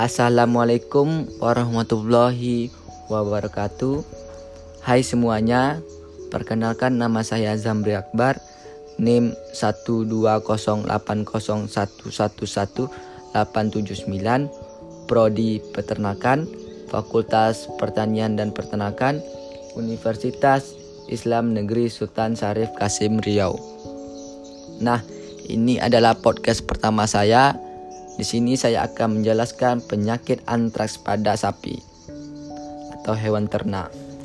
Assalamualaikum warahmatullahi wabarakatuh. Hai semuanya, perkenalkan nama saya Zamri Akbar, NIM 12080111879, Prodi Peternakan, Fakultas Pertanian dan Peternakan, Universitas Islam Negeri Sultan Syarif Kasim Riau. Nah, ini adalah podcast pertama saya. Di sini saya akan menjelaskan penyakit antraks pada sapi atau hewan ternak.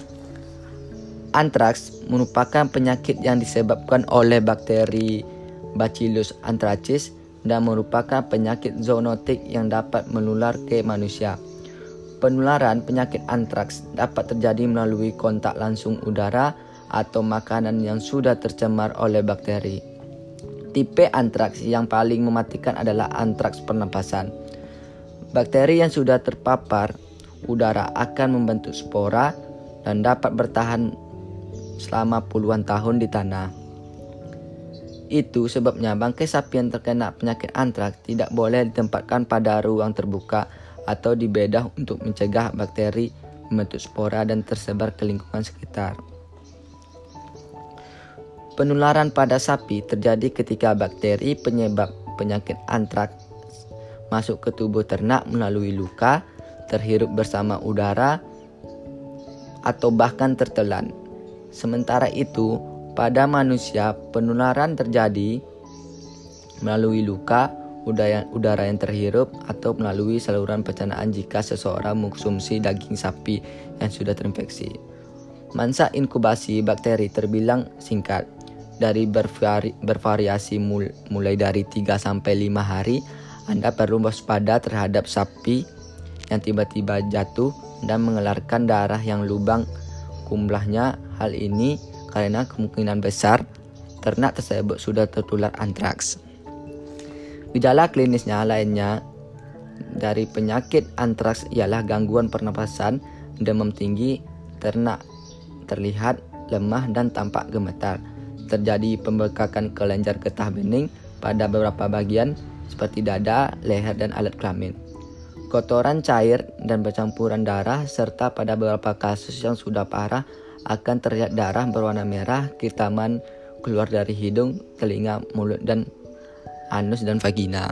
Antraks merupakan penyakit yang disebabkan oleh bakteri Bacillus anthracis dan merupakan penyakit zoonotik yang dapat menular ke manusia. Penularan penyakit antraks dapat terjadi melalui kontak langsung udara atau makanan yang sudah tercemar oleh bakteri. Tipe antraks yang paling mematikan adalah antraks pernapasan. Bakteri yang sudah terpapar udara akan membentuk spora dan dapat bertahan selama puluhan tahun di tanah. Itu sebabnya bangkai sapi yang terkena penyakit antraks tidak boleh ditempatkan pada ruang terbuka atau dibedah untuk mencegah bakteri membentuk spora dan tersebar ke lingkungan sekitar. Penularan pada sapi terjadi ketika bakteri penyebab penyakit antraks masuk ke tubuh ternak melalui luka, terhirup bersama udara, atau bahkan tertelan. Sementara itu, pada manusia penularan terjadi melalui luka, udara yang terhirup, atau melalui saluran pencernaan jika seseorang mengkonsumsi daging sapi yang sudah terinfeksi. Masa inkubasi bakteri terbilang singkat, dari bervariasi mulai dari 3-5 hari. Anda perlu waspada terhadap sapi yang tiba-tiba jatuh dan mengeluarkan darah yang lubang jumlahnya. Hal ini karena kemungkinan besar ternak tersebut sudah tertular antraks. Gejala klinisnya lainnya dari penyakit antraks ialah gangguan pernapasan, demam tinggi, ternak terlihat lemah dan tampak gemetar. Terjadi pembekakan kelenjar getah bening pada beberapa bagian seperti dada, leher, dan alat kelamin. Kotoran cair dan bercampuran darah, serta pada beberapa kasus yang sudah parah akan terlihat darah berwarna merah, kehitaman keluar dari hidung, telinga, mulut, dan anus dan vagina.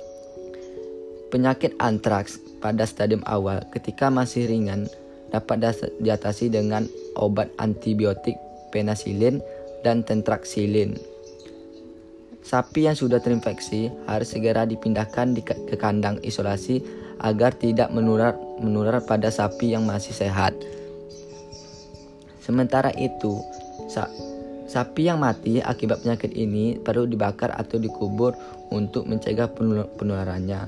Penyakit antraks pada stadium awal ketika masih ringan dapat diatasi dengan obat antibiotik penasilin dan tetracycline. Sapi yang sudah terinfeksi harus segera dipindahkan ke kandang isolasi agar tidak menular pada sapi yang masih sehat. Sementara itu, sapi yang mati akibat penyakit ini perlu dibakar atau dikubur untuk mencegah penularannya.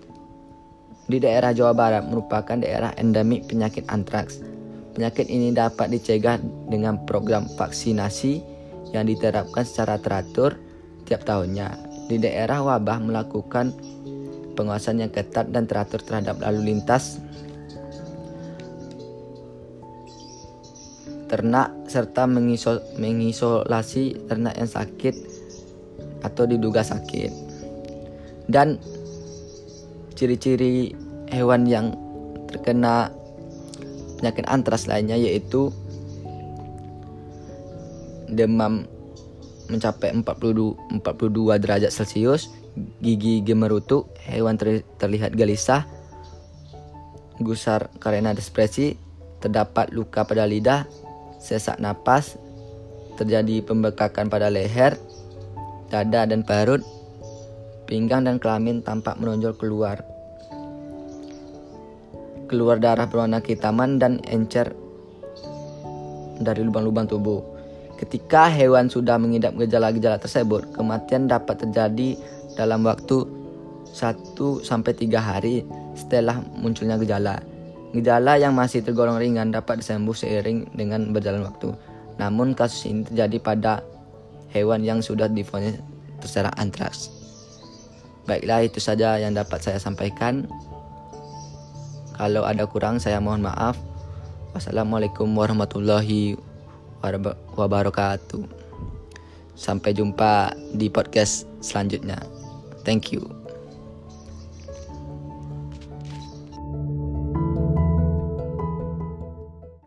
Di daerah Jawa Barat merupakan daerah endemik penyakit antraks. Penyakit ini dapat dicegah dengan program vaksinasi yang diterapkan secara teratur tiap tahunnya. Di daerah wabah melakukan pengawasan yang ketat dan teratur terhadap lalu lintas ternak serta mengisolasi ternak yang sakit atau diduga sakit. Dan ciri-ciri hewan yang terkena penyakit antraks lainnya yaitu demam mencapai 42 derajat Celcius, gigi gemerutu, hewan terlihat gelisah, gusar karena depresi, terdapat luka pada lidah, sesak napas, terjadi pembekakan pada leher, dada dan perut, pinggang dan kelamin tampak menonjol keluar darah berwarna kehitaman dan encer dari lubang-lubang tubuh. Ketika hewan sudah mengidap gejala-gejala tersebut, kematian dapat terjadi dalam waktu 1-3 hari setelah munculnya gejala. Gejala yang masih tergolong ringan dapat disembuh seiring dengan berjalan waktu. Namun kasus ini terjadi pada hewan yang sudah divonis terserang antraks. Baiklah, itu saja yang dapat saya sampaikan. Kalau ada kurang saya mohon maaf. Wassalamualaikum warahmatullahi wabarakatuh. Sampai jumpa di podcast selanjutnya. Thank you.